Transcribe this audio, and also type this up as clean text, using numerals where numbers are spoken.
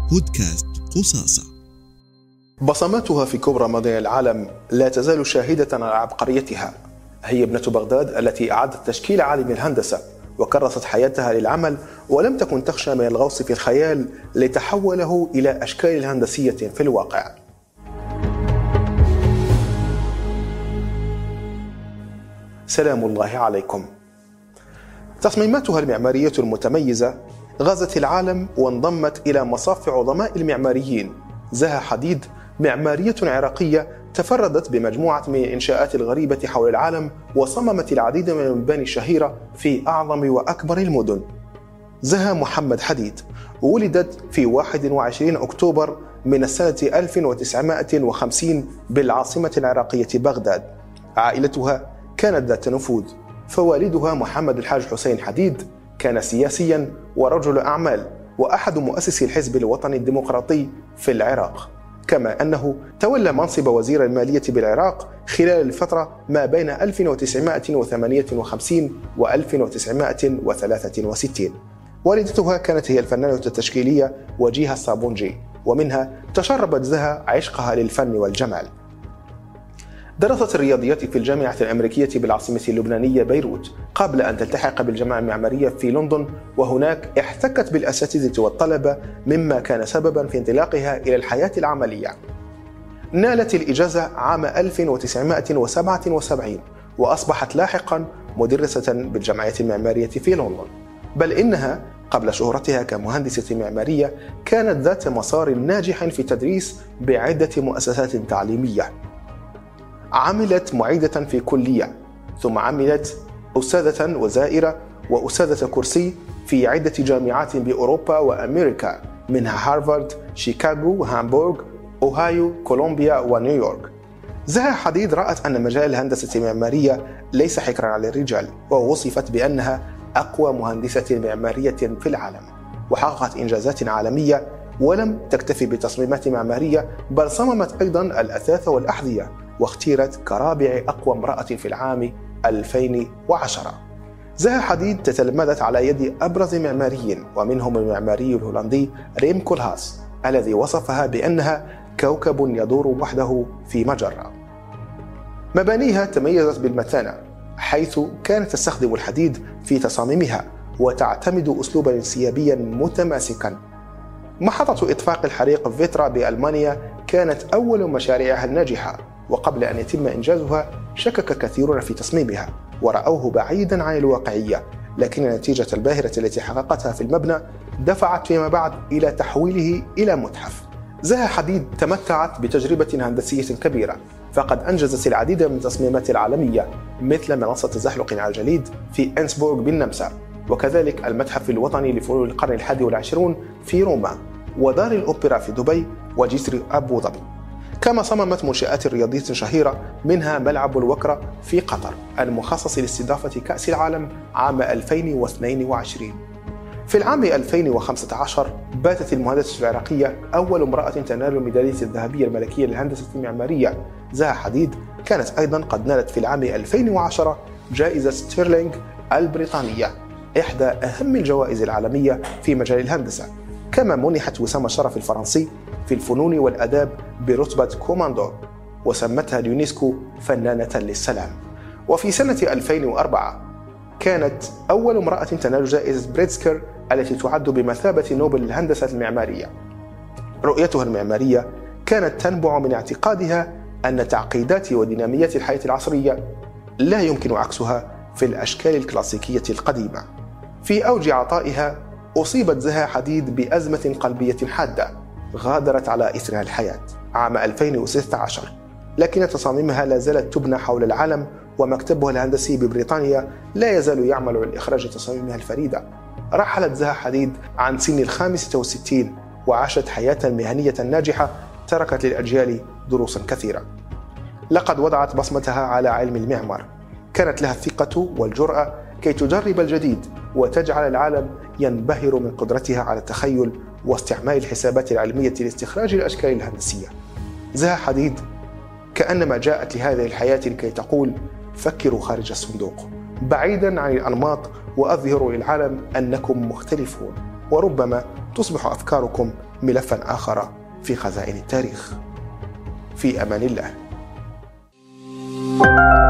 بودكاست قصاصة. بصماتها في كبرى مدن العالم لا تزال شاهدة على عبقريتها. هي ابنة بغداد التي أعادت تشكيل عالم الهندسة وكرست حياتها للعمل، ولم تكن تخشى من الغوص في الخيال لتحوله إلى أشكال هندسية في الواقع. سلام الله عليكم. تصميماتها المعمارية المتميزة غزت العالم وانضمت إلى مصاف عظماء المعماريين. زها حديد معمارية عراقية تفردت بمجموعة من الإنشاءات الغريبة حول العالم، وصممت العديد من المباني الشهيرة في أعظم وأكبر المدن. زها محمد حديد ولدت في 21 أكتوبر من السنة 1950 بالعاصمة العراقية بغداد. عائلتها كانت ذات نفوذ، فوالدها محمد الحاج حسين حديد كان سياسيا ورجل أعمال وأحد مؤسسي الحزب الوطني الديمقراطي في العراق، كما أنه تولى منصب وزير المالية بالعراق خلال الفترة ما بين 1958 و 1963. والدتها كانت هي الفنانة التشكيلية وجيهة الصابونجي، ومنها تشربت زها عشقها للفن والجمال. درست الرياضيات في الجامعة الأمريكية بالعاصمة اللبنانية بيروت قبل أن تلتحق بالجامعة المعمارية في لندن، وهناك احتكت بالأساتذة والطلبة مما كان سببا في انطلاقها إلى الحياة العملية. نالت الإجازة عام 1977 وأصبحت لاحقا مدرسة بالجامعة المعمارية في لندن، بل إنها قبل شهرتها كمهندسة معمارية كانت ذات مسار ناجح في التدريس بعدة مؤسسات تعليمية. عملت معيدة في كلية، ثم عملت أستاذة وزائرة وأستاذة كرسي في عدة جامعات بأوروبا وأمريكا، منها هارفارد، شيكاغو، هامبورغ، أوهايو، كولومبيا ونيويورك. زها حديد رأت أن مجال الهندسة المعمارية ليس حكرا على الرجال، ووصفت بأنها أقوى مهندسة معمارية في العالم، وحققت إنجازات عالمية. ولم تكتفي بتصميمات معمارية، بل صممت أيضا الأثاث والأحذية، واختيرت كرابع أقوى امرأة في العام 2010. زها حديد تتلمذت على يد أبرز معماريين، ومنهم المعماري الهولندي ريم كولهاس الذي وصفها بأنها كوكب يدور وحده في مجرة. مبانيها تميزت بالمتانة، حيث كانت تستخدم الحديد في تصاميمها وتعتمد أسلوبا انسيابيا متماسكا. محطة إطفاء الحريق فيترا بألمانيا كانت أول مشاريعها الناجحة، وقبل أن يتم إنجازها شكك كثيرون في تصميمها ورأوه بعيدا عن الواقعية، لكن النتيجة الباهرة التي حققتها في المبنى دفعت فيما بعد إلى تحويله إلى متحف. زها حديد تمتعت بتجربة هندسية كبيرة، فقد أنجزت العديد من التصميمات العالمية مثل منصة تزحلق على الجليد في إنسبورغ بالنمسا، وكذلك المتحف الوطني لفنون القرن ال21 في روما، ودار الأوبرا في دبي، وجسر أبو ظبي. كما صممت منشآت رياضية شهيرة، منها ملعب الوكرة في قطر المخصص لاستضافة كأس العالم عام 2022. في العام 2015 باتت المهندسة العراقية أول امرأة تنال الميدالية الذهبية الملكية للهندسة المعمارية. زها حديد كانت أيضا قد نالت في العام 2010 جائزة ستيرلينغ البريطانية، إحدى أهم الجوائز العالمية في مجال الهندسة. كما منحت وسام الشرف الفرنسي في الفنون والأداب برتبة كوماندور، وسمتها اليونسكو فنانة للسلام. وفي سنة 2004 كانت أول امرأة تنال جائزة بريتزكر التي تعد بمثابة نوبل للهندسة المعمارية. رؤيتها المعمارية كانت تنبع من اعتقادها أن تعقيدات وديناميات الحياة العصرية لا يمكن عكسها في الأشكال الكلاسيكية القديمة. في أوج عطائها أصيبت زها حديد بأزمة قلبية حادة غادرت على إثرها الحياة عام 2016، لكن تصاميمها لا زالت تبنى حول العالم، ومكتبها الهندسي ببريطانيا لا يزال يعمل على إخراج تصاميمها الفريدة. رحلت زها حديد عن سن 65 وعاشت حياة مهنية ناجحة تركت للأجيال دروسا كثيرة. لقد وضعت بصمتها على علم المعمار، كانت لها الثقة والجرأة كي تجرب الجديد وتجعل العالم ينبهر من قدرتها على التخيل واستعمال الحسابات العلمية لاستخراج الأشكال الهندسية. زها حديد كأنما جاءت لهذه الحياة لكي تقول: فكروا خارج الصندوق، بعيدا عن الأنماط، وأظهروا للعالم أنكم مختلفون، وربما تصبح أفكاركم ملفا آخر في خزائن التاريخ. في أمان الله.